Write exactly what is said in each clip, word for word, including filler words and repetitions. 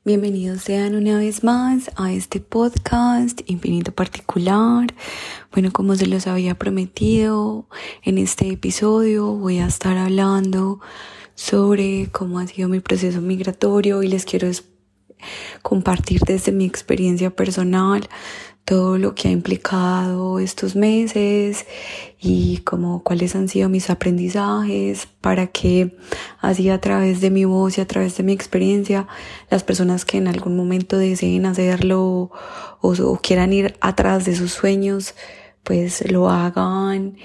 Bienvenidos sean una vez más a este podcast Infinito Particular. Bueno, como se los había prometido, en este episodio voy a estar hablando sobre cómo ha sido mi proceso migratorio y les quiero compartir desde mi experiencia personal todo lo que ha implicado estos meses y como cuáles han sido mis aprendizajes para que así a través de mi voz y a través de mi experiencia las personas que en algún momento deseen hacerlo o, o quieran ir atrás de sus sueños pues lo hagan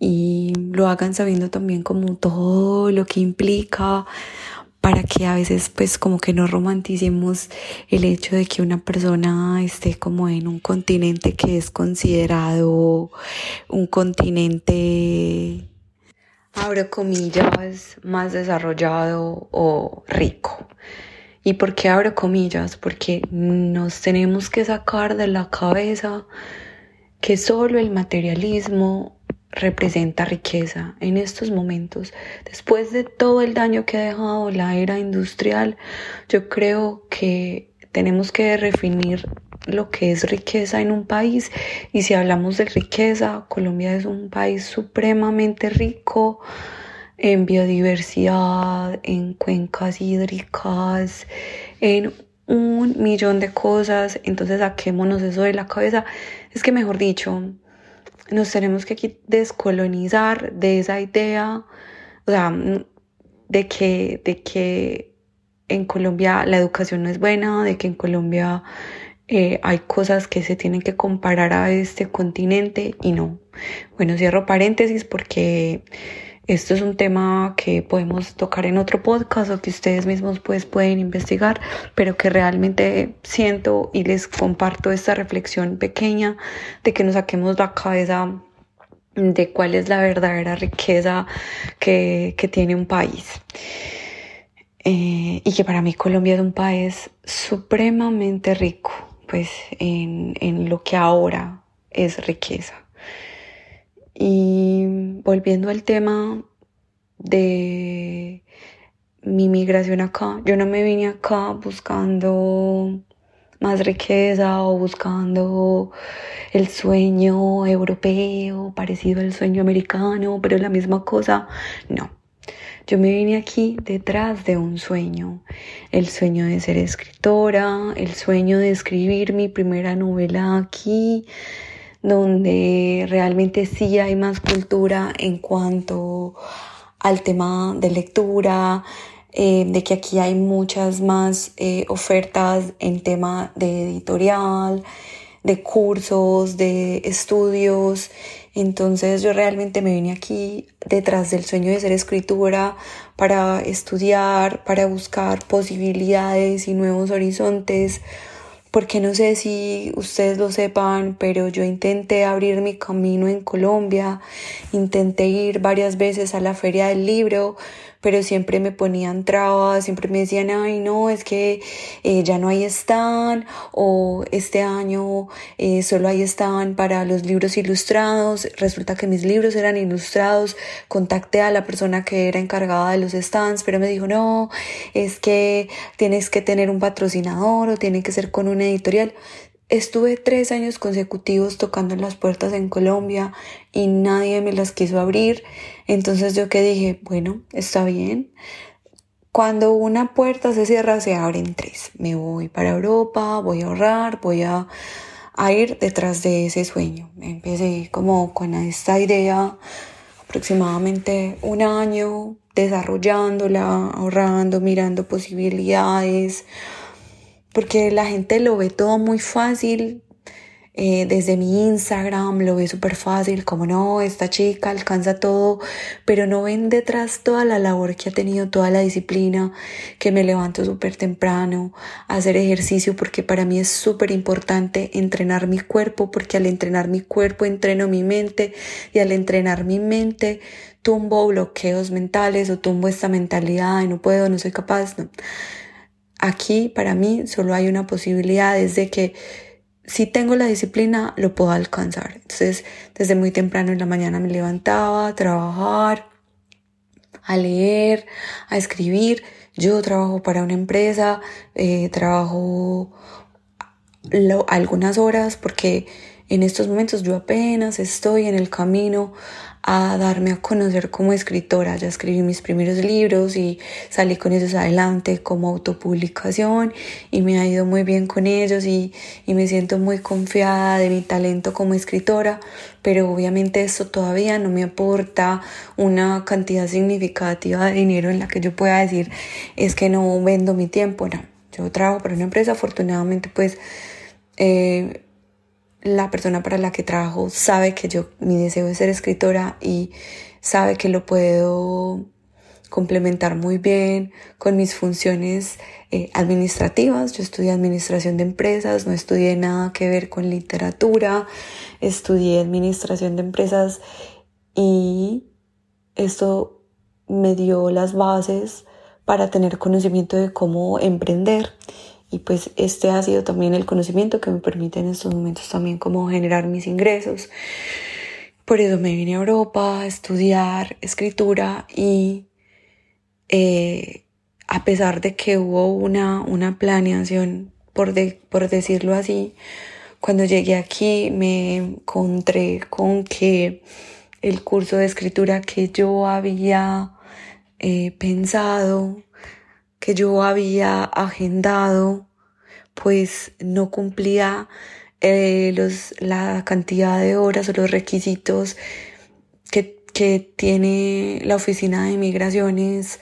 y lo hagan sabiendo también como todo lo que implica, para que a veces pues como que no romanticemos el hecho de que una persona esté como en un continente que es considerado un continente, abro comillas, más desarrollado o rico. ¿Y por qué abro comillas? Porque nos tenemos que sacar de la cabeza que solo el materialismo representa riqueza en estos momentos. Después de todo el daño que ha dejado la era industrial, yo creo que tenemos que redefinir lo que es riqueza en un país. Y si hablamos de riqueza, Colombia es un país supremamente rico en biodiversidad, en cuencas hídricas, en un millón de cosas. Entonces saquémonos eso de la cabeza. Es que mejor dicho, nos tenemos que descolonizar de esa idea, o sea, de que, de que en Colombia la educación no es buena, de que en Colombia eh, hay cosas que se tienen que comparar a este continente y no. Bueno, cierro paréntesis porque esto es un tema que podemos tocar en otro podcast o que ustedes mismos pues pueden investigar, pero que realmente siento y les comparto esta reflexión pequeña de que nos saquemos la cabeza de cuál es la verdadera riqueza que, que tiene un país. Eh, y que para mí Colombia es un país supremamente rico, pues en, en lo que ahora es riqueza. Y volviendo al tema de mi migración acá, yo no me vine acá buscando más riqueza o buscando el sueño europeo, parecido al sueño americano, pero la misma cosa. No, yo me vine aquí detrás de un sueño, el sueño de ser escritora, el sueño de escribir mi primera novela aquí, donde realmente sí hay más cultura en cuanto al tema de lectura, eh, de que aquí hay muchas más eh, ofertas en tema de editorial, de cursos, de estudios. Entonces yo realmente me vine aquí detrás del sueño de ser escritora para estudiar, para buscar posibilidades y nuevos horizontes. Porque no sé si ustedes lo sepan, pero yo intenté abrir mi camino en Colombia, intenté ir varias veces a la Feria del Libro, pero siempre me ponían trabas, siempre me decían, ay no, es que eh, ya no hay stand, o este año eh, solo hay stand para los libros ilustrados. Resulta que mis libros eran ilustrados. Contacté a la persona que era encargada de los stands, pero me dijo, no, es que tienes que tener un patrocinador o tiene que ser con una editorial. Estuve tres años consecutivos tocando en las puertas en Colombia y nadie me las quiso abrir. Entonces yo que dije, bueno, está bien. Cuando una puerta se cierra, se abren tres. Me voy para Europa, voy a ahorrar, voy a, a ir detrás de ese sueño. Empecé como con esta idea aproximadamente un año, desarrollándola, ahorrando, mirando posibilidades, porque la gente lo ve todo muy fácil. Eh, desde mi Instagram lo ve súper fácil, como no, esta chica alcanza todo, pero no ven detrás toda la labor que ha tenido, toda la disciplina, que me levanto súper temprano a hacer ejercicio, porque para mí es súper importante entrenar mi cuerpo, porque al entrenar mi cuerpo entreno mi mente, y al entrenar mi mente tumbo bloqueos mentales o tumbo esta mentalidad de no puedo, no soy capaz, no. Aquí para mí solo hay una posibilidad, es de que si tengo la disciplina lo puedo alcanzar. Entonces desde muy temprano en la mañana me levantaba a trabajar, a leer, a escribir. yo trabajo para una empresa, eh, trabajo lo, algunas horas porque en estos momentos yo apenas estoy en el camino a darme a conocer como escritora. Ya escribí mis primeros libros y salí con ellos adelante como autopublicación y me ha ido muy bien con ellos y, y me siento muy confiada de mi talento como escritora, pero obviamente esto todavía no me aporta una cantidad significativa de dinero en la que yo pueda decir es que no vendo mi tiempo. No, yo trabajo para una empresa, afortunadamente pues eh, la persona para la que trabajo sabe que yo, mi deseo es ser escritora y sabe que lo puedo complementar muy bien con mis funciones eh, administrativas. Yo estudié administración de empresas, no estudié nada que ver con literatura, estudié administración de empresas y esto me dio las bases para tener conocimiento de cómo emprender. Y pues este ha sido también el conocimiento que me permite en estos momentos también como generar mis ingresos. Por eso me vine a Europa a estudiar escritura y eh, a pesar de que hubo una, una planeación, por, de, por decirlo así, cuando llegué aquí me encontré con que el curso de escritura que yo había eh, pensado, que yo había agendado, pues no cumplía eh, los, la cantidad de horas o los requisitos que, que tiene la oficina de migraciones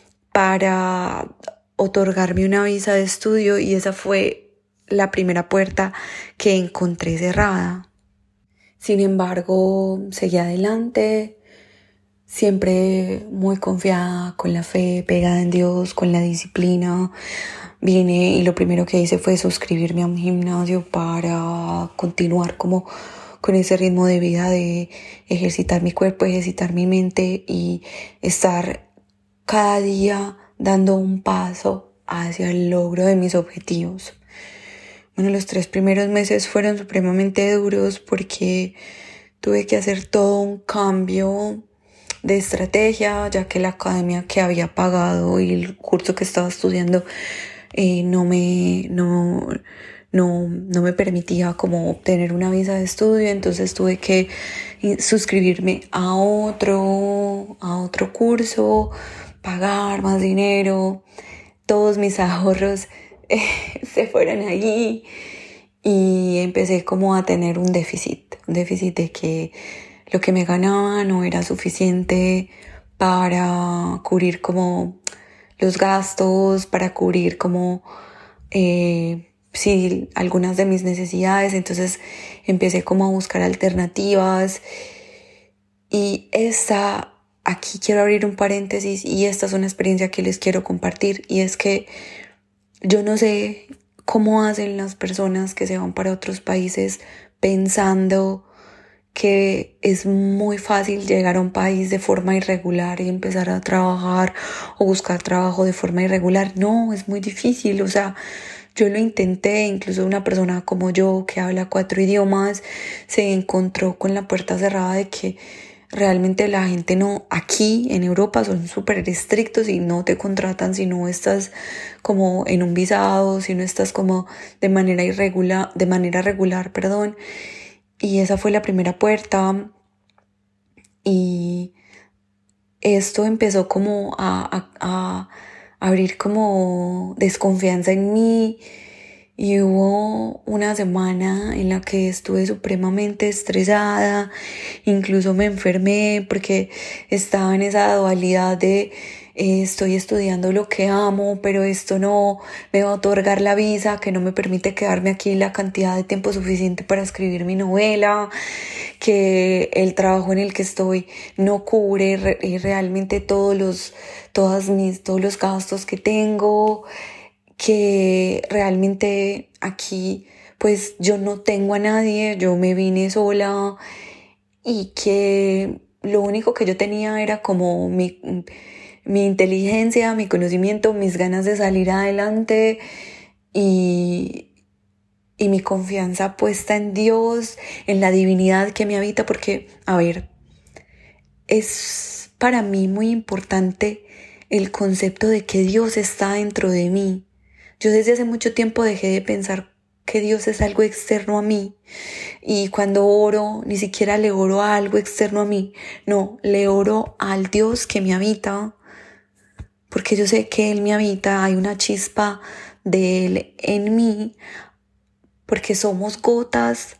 para otorgarme una visa de estudio, y esa fue la primera puerta que encontré cerrada. Sin embargo, seguí adelante, siempre muy confiada, con la fe, pegada en Dios, con la disciplina. Vine y lo primero que hice fue suscribirme a un gimnasio para continuar como con ese ritmo de vida de ejercitar mi cuerpo, ejercitar mi mente y estar cada día dando un paso hacia el logro de mis objetivos. Bueno, los tres primeros meses fueron supremamente duros porque tuve que hacer todo un cambio de estrategia, ya que la academia que había pagado y el curso que estaba estudiando eh, no me no no no me permitía como obtener una visa de estudio. Entonces tuve que suscribirme a otro a otro curso, pagar más dinero. Todos mis ahorros eh, se fueron allí y empecé como a tener un déficit, un déficit de que lo que me ganaba no era suficiente para cubrir como los gastos, para cubrir como eh, sí, algunas de mis necesidades. Entonces empecé como a buscar alternativas y esta, aquí quiero abrir un paréntesis, y esta es una experiencia que les quiero compartir, y es que yo no sé cómo hacen las personas que se van para otros países pensando que es muy fácil llegar a un país de forma irregular y empezar a trabajar o buscar trabajo de forma irregular. No, es muy difícil. O sea, yo lo intenté, incluso una persona como yo que habla cuatro idiomas se encontró con la puerta cerrada de que realmente la gente no, aquí en Europa son súper estrictos y no te contratan si no estás como en un visado, si no estás como de manera irregular, de manera regular, perdón. Y esa fue la primera puerta y esto empezó como a, a, a abrir como desconfianza en mí, y hubo una semana en la que estuve supremamente estresada, incluso me enfermé porque estaba en esa dualidad de eh, estoy estudiando lo que amo, pero esto no me va a otorgar la visa que no me permite quedarme aquí la cantidad de tiempo suficiente para escribir mi novela, que el trabajo en el que estoy no cubre re- realmente todos los, todas mis, todos los gastos que tengo, que realmente aquí pues yo no tengo a nadie, yo me vine sola y que lo único que yo tenía era como mi, mi inteligencia, mi conocimiento, mis ganas de salir adelante y, y mi confianza puesta en Dios, en la divinidad que me habita, porque, a ver, es para mí muy importante el concepto de que Dios está dentro de mí. Yo desde hace mucho tiempo dejé de pensar que Dios es algo externo a mí. Y cuando oro, ni siquiera le oro a algo externo a mí. No, le oro al Dios que me habita. Porque yo sé que Él me habita, hay una chispa de Él en mí. Porque somos gotas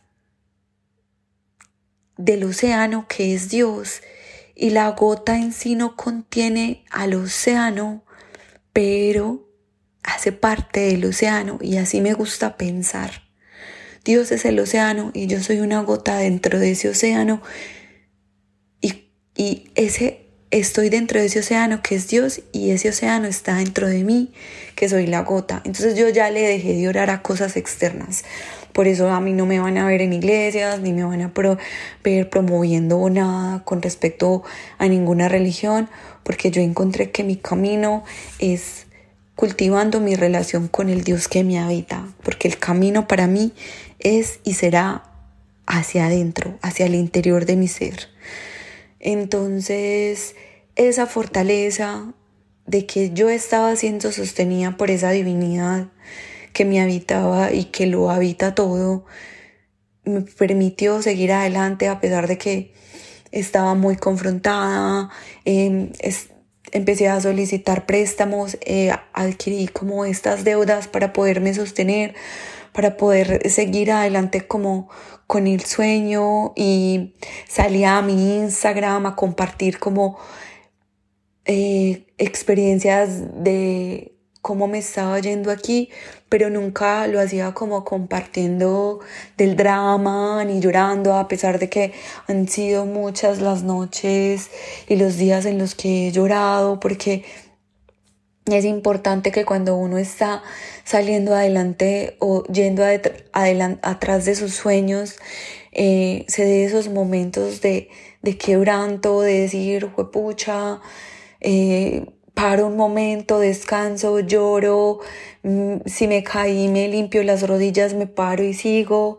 del océano que es Dios. Y la gota en sí no contiene al océano, pero hace parte del océano, y así me gusta pensar. Dios es el océano y yo soy una gota dentro de ese océano, y, y ese estoy dentro de ese océano que es Dios, y ese océano está dentro de mí, que soy la gota. Entonces yo ya le dejé de orar a cosas externas. Por eso a mí no me van a ver en iglesias, ni me van a pro- ver promoviendo nada con respecto a ninguna religión, porque yo encontré que mi camino es cultivando mi relación con el Dios que me habita, porque el camino para mí es y será hacia adentro, hacia el interior de mi ser. Entonces, esa fortaleza de que yo estaba siendo sostenida por esa divinidad que me habitaba y que lo habita todo, me permitió seguir adelante a pesar de que estaba muy confrontada. eh, es, Empecé a solicitar préstamos, eh, adquirí como estas deudas para poderme sostener, para poder seguir adelante como con el sueño, y salía a mi Instagram a compartir como eh, experiencias de cómo me estaba yendo aquí, pero nunca lo hacía como compartiendo del drama ni llorando, a pesar de que han sido muchas las noches y los días en los que he llorado, porque es importante que cuando uno está saliendo adelante o yendo adelant- atrás de sus sueños, eh, se dé esos momentos de, de quebranto, de decir, juepucha, eh, paro un momento, descanso, lloro, mmm, si me caí me limpio las rodillas, me paro y sigo.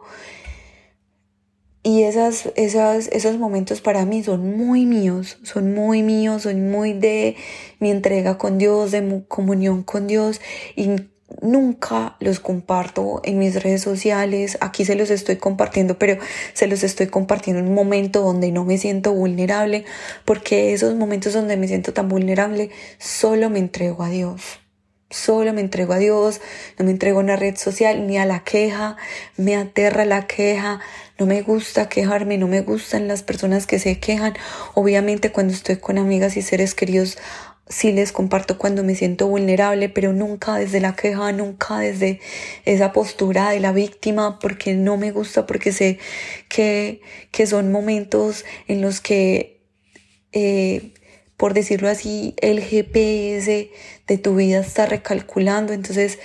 Y esas, esas, esos momentos para mí son muy míos, son muy míos, son muy de mi entrega con Dios, de mi comunión con Dios, y nunca los comparto en mis redes sociales. Aquí se los estoy compartiendo, pero se los estoy compartiendo en un momento donde no me siento vulnerable, porque esos momentos donde me siento tan vulnerable solo me entrego a Dios. Solo me entrego a Dios, no me entrego a una red social ni a la queja. Me aterra la queja, no me gusta quejarme, no me gustan las personas que se quejan. Obviamente cuando estoy con amigas y seres queridos sí les comparto cuando me siento vulnerable, pero nunca desde la queja, nunca desde esa postura de la víctima, porque no me gusta, porque sé que, que son momentos en los que eh, por decirlo así, el G P S de tu vida está recalculando. Entonces,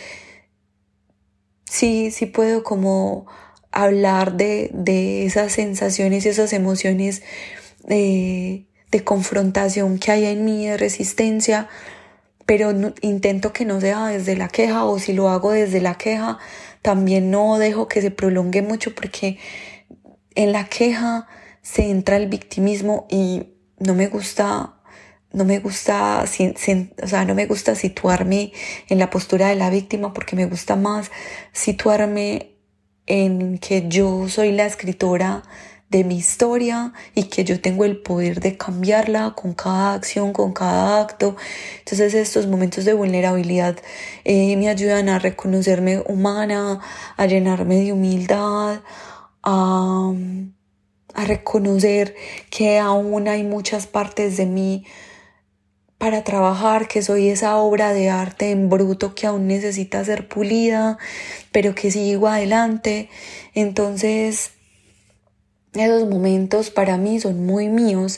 sí, sí puedo como hablar de, de esas sensaciones y esas emociones de, de confrontación que hay en mí, de resistencia, pero no, intento que no sea desde la queja, o si lo hago desde la queja, también no dejo que se prolongue mucho, porque en la queja se entra el victimismo y no me gusta. No me gusta, o sea, no me gusta situarme en la postura de la víctima, porque me gusta más situarme en que yo soy la escritora de mi historia y que yo tengo el poder de cambiarla con cada acción, con cada acto. Entonces estos momentos de vulnerabilidad eh, me ayudan a reconocerme humana, a llenarme de humildad, a, a reconocer que aún hay muchas partes de mí para trabajar, que soy esa obra de arte en bruto que aún necesita ser pulida, pero que sigo adelante. Entonces, esos momentos para mí son muy míos.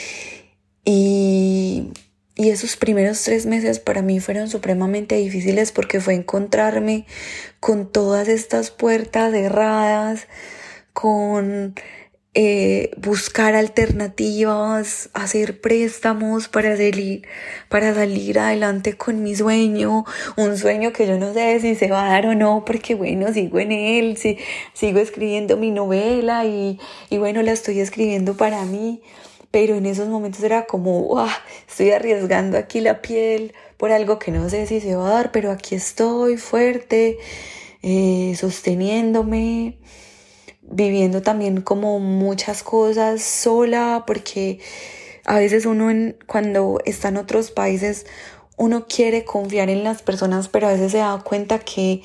Y, y esos primeros tres meses para mí fueron supremamente difíciles, porque fue encontrarme con todas estas puertas cerradas, con Eh, buscar alternativas, hacer préstamos para salir, para salir adelante con mi sueño, un sueño que yo no sé si se va a dar o no, porque bueno, sigo en él, sí, sigo escribiendo mi novela y, y bueno, la estoy escribiendo para mí, pero en esos momentos era como, ¡guau! Estoy arriesgando aquí la piel por algo que no sé si se va a dar, pero aquí estoy fuerte, eh, sosteniéndome, viviendo también como muchas cosas sola, porque a veces uno en, cuando está en otros países, uno quiere confiar en las personas, pero a veces se da cuenta que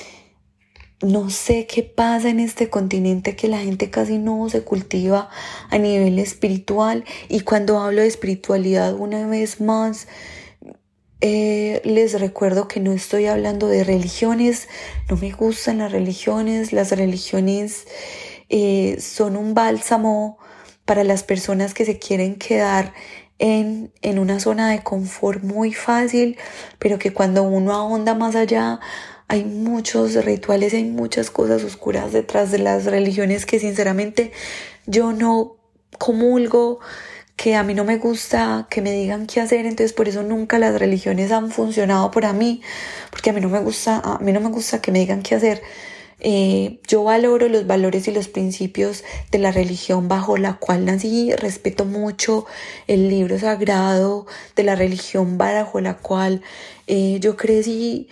no sé qué pasa en este continente, que la gente casi no se cultiva a nivel espiritual. Y cuando hablo de espiritualidad, una vez más, eh, les recuerdo que no estoy hablando de religiones. No me gustan las religiones. Las religiones eh, son un bálsamo para las personas que se quieren quedar en, en una zona de confort muy fácil, pero que cuando uno ahonda más allá, hay muchos rituales, hay muchas cosas oscuras detrás de las religiones que sinceramente yo no comulgo, que a mí no me gusta que me digan qué hacer. Entonces por eso nunca las religiones han funcionado para mí, porque a mí no me gusta, a mí no me gusta que me digan qué hacer. Eh, yo valoro los valores y los principios de la religión bajo la cual nací, respeto mucho el libro sagrado de la religión bajo la cual eh, yo crecí,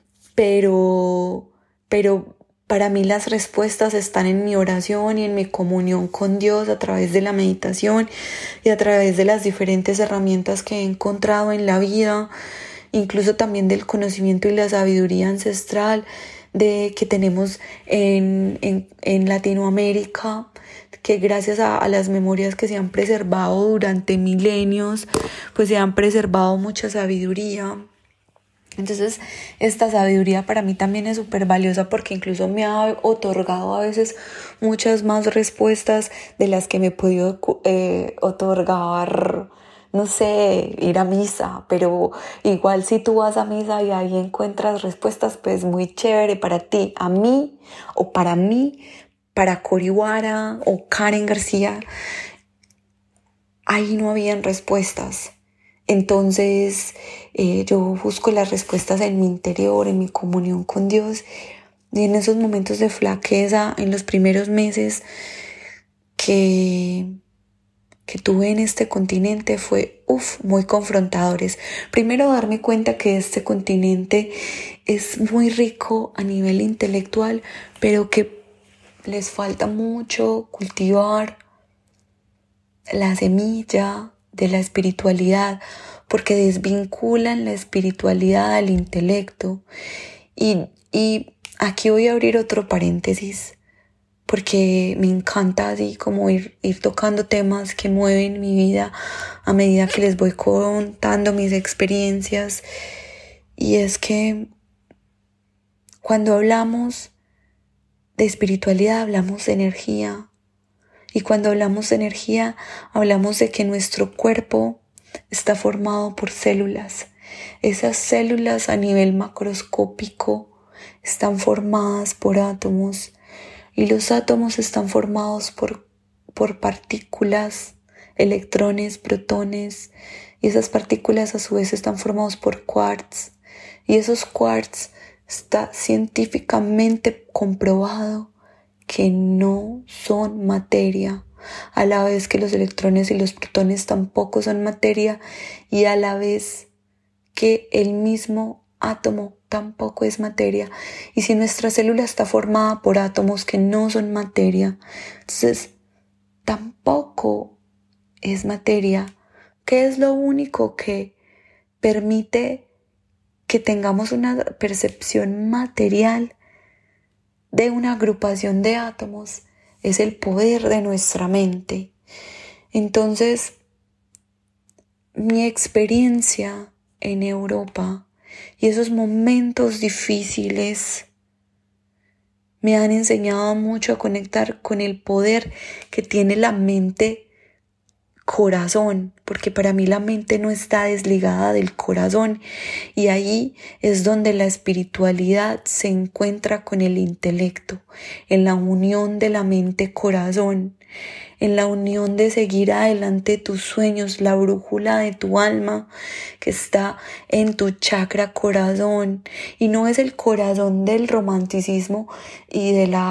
pero, pero para mí las respuestas están en mi oración y en mi comunión con Dios a través de la meditación y a través de las diferentes herramientas que he encontrado en la vida, incluso también del conocimiento y la sabiduría ancestral de, que tenemos en, en, en Latinoamérica, que gracias a, a las memorias que se han preservado durante milenios, pues se han preservado mucha sabiduría. Entonces esta sabiduría para mí también es súper valiosa, porque incluso me ha otorgado a veces muchas más respuestas de las que me he podido eh, otorgar, no sé, ir a misa. Pero igual si tú vas a misa y ahí encuentras respuestas, pues muy chévere para ti. A mí o para mí, para Coriwara o Karen García, ahí no habían respuestas. Entonces eh, yo busco las respuestas en mi interior, en mi comunión con Dios. Y en esos momentos de flaqueza, en los primeros meses que, que tuve en este continente, fue uf, muy confrontadores. Primero, darme cuenta que este continente es muy rico a nivel intelectual, pero que les falta mucho cultivar la semilla de la espiritualidad, porque desvinculan la espiritualidad al intelecto. Y, y aquí voy a abrir otro paréntesis, porque me encanta así como ir, ir tocando temas que mueven mi vida a medida que les voy contando mis experiencias. Y es que cuando hablamos de espiritualidad hablamos de energía. Y cuando hablamos de energía, hablamos de que nuestro cuerpo está formado por células. Esas células a nivel macroscópico están formadas por átomos, y los átomos están formados por, por partículas, electrones, protones, y esas partículas a su vez están formados por quarks. Y esos quarks está científicamente comprobado que no son materia, a la vez que los electrones y los protones tampoco son materia, y a la vez que el mismo átomo tampoco es materia. Y si nuestra célula está formada por átomos que no son materia, entonces tampoco es materia. ¿Qué es lo único que permite que tengamos una percepción material de una agrupación de átomos? Es el poder de nuestra mente. Entonces, mi experiencia en Europa y esos momentos difíciles me han enseñado mucho a conectar con el poder que tiene la mente corazón, porque para mí la mente no está desligada del corazón, y ahí es donde la espiritualidad se encuentra con el intelecto, en la unión de la mente-corazón, en la unión de seguir adelante tus sueños, la brújula de tu alma que está en tu chakra corazón. Y no es el corazón del romanticismo y de la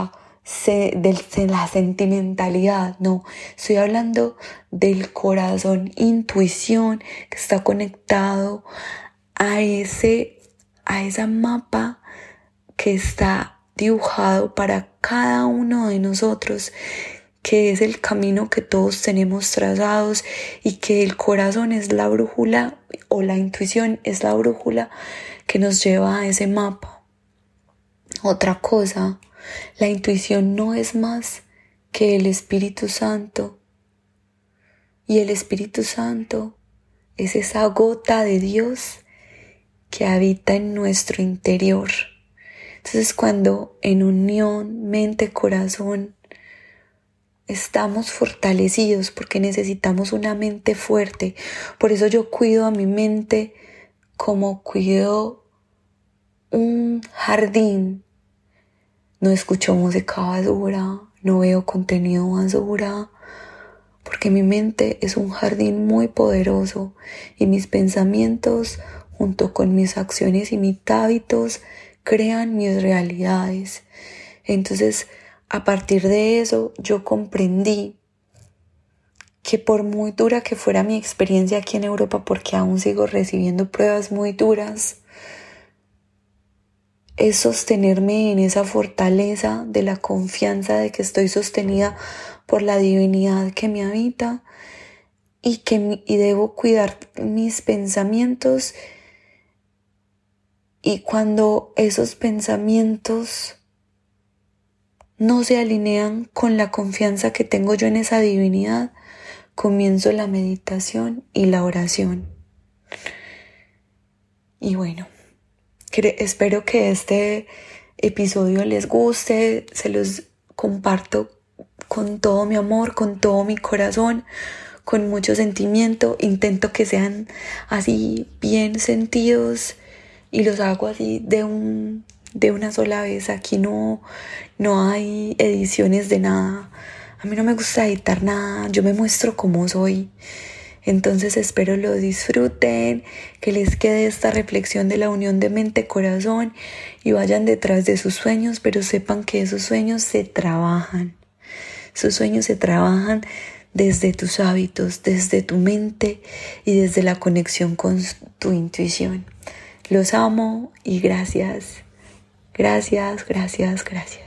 se, del, de la sentimentalidad, no, estoy hablando del corazón, intuición, que está conectado a ese, a esa mapa que está dibujado para cada uno de nosotros, que es el camino que todos tenemos trazados, y que el corazón es la brújula, o la intuición es la brújula que nos lleva a ese mapa. Otra cosa, la intuición no es más que el Espíritu Santo, y el Espíritu Santo es esa gota de Dios que habita en nuestro interior. Entonces, cuando en unión mente-corazón estamos fortalecidos, porque necesitamos una mente fuerte. Por eso yo cuido a mi mente como cuido un jardín. No escucho música basura, no veo contenido basura, porque mi mente es un jardín muy poderoso, y mis pensamientos junto con mis acciones y mis hábitos crean mis realidades. Entonces, a partir de eso, yo comprendí que por muy dura que fuera mi experiencia aquí en Europa, porque aún sigo recibiendo pruebas muy duras, es sostenerme en esa fortaleza de la confianza de que estoy sostenida por la divinidad que me habita, y que y debo cuidar mis pensamientos. Y cuando esos pensamientos no se alinean con la confianza que tengo yo en esa divinidad, comienzo la meditación y la oración. Y bueno, cre- espero que este episodio les guste, se los comparto con todo mi amor, con todo mi corazón, con mucho sentimiento. Intento que sean así bien sentidos, y los hago así de un de una sola vez. Aquí no, no hay ediciones de nada. A mí no me gusta editar nada, yo me muestro como soy. Entonces espero lo disfruten, que les quede esta reflexión de la unión de mente-corazón, y vayan detrás de sus sueños, pero sepan que esos sueños se trabajan. Esos sueños se trabajan desde tus hábitos, desde tu mente y desde la conexión con tu intuición. Los amo y gracias. Gracias, gracias, gracias.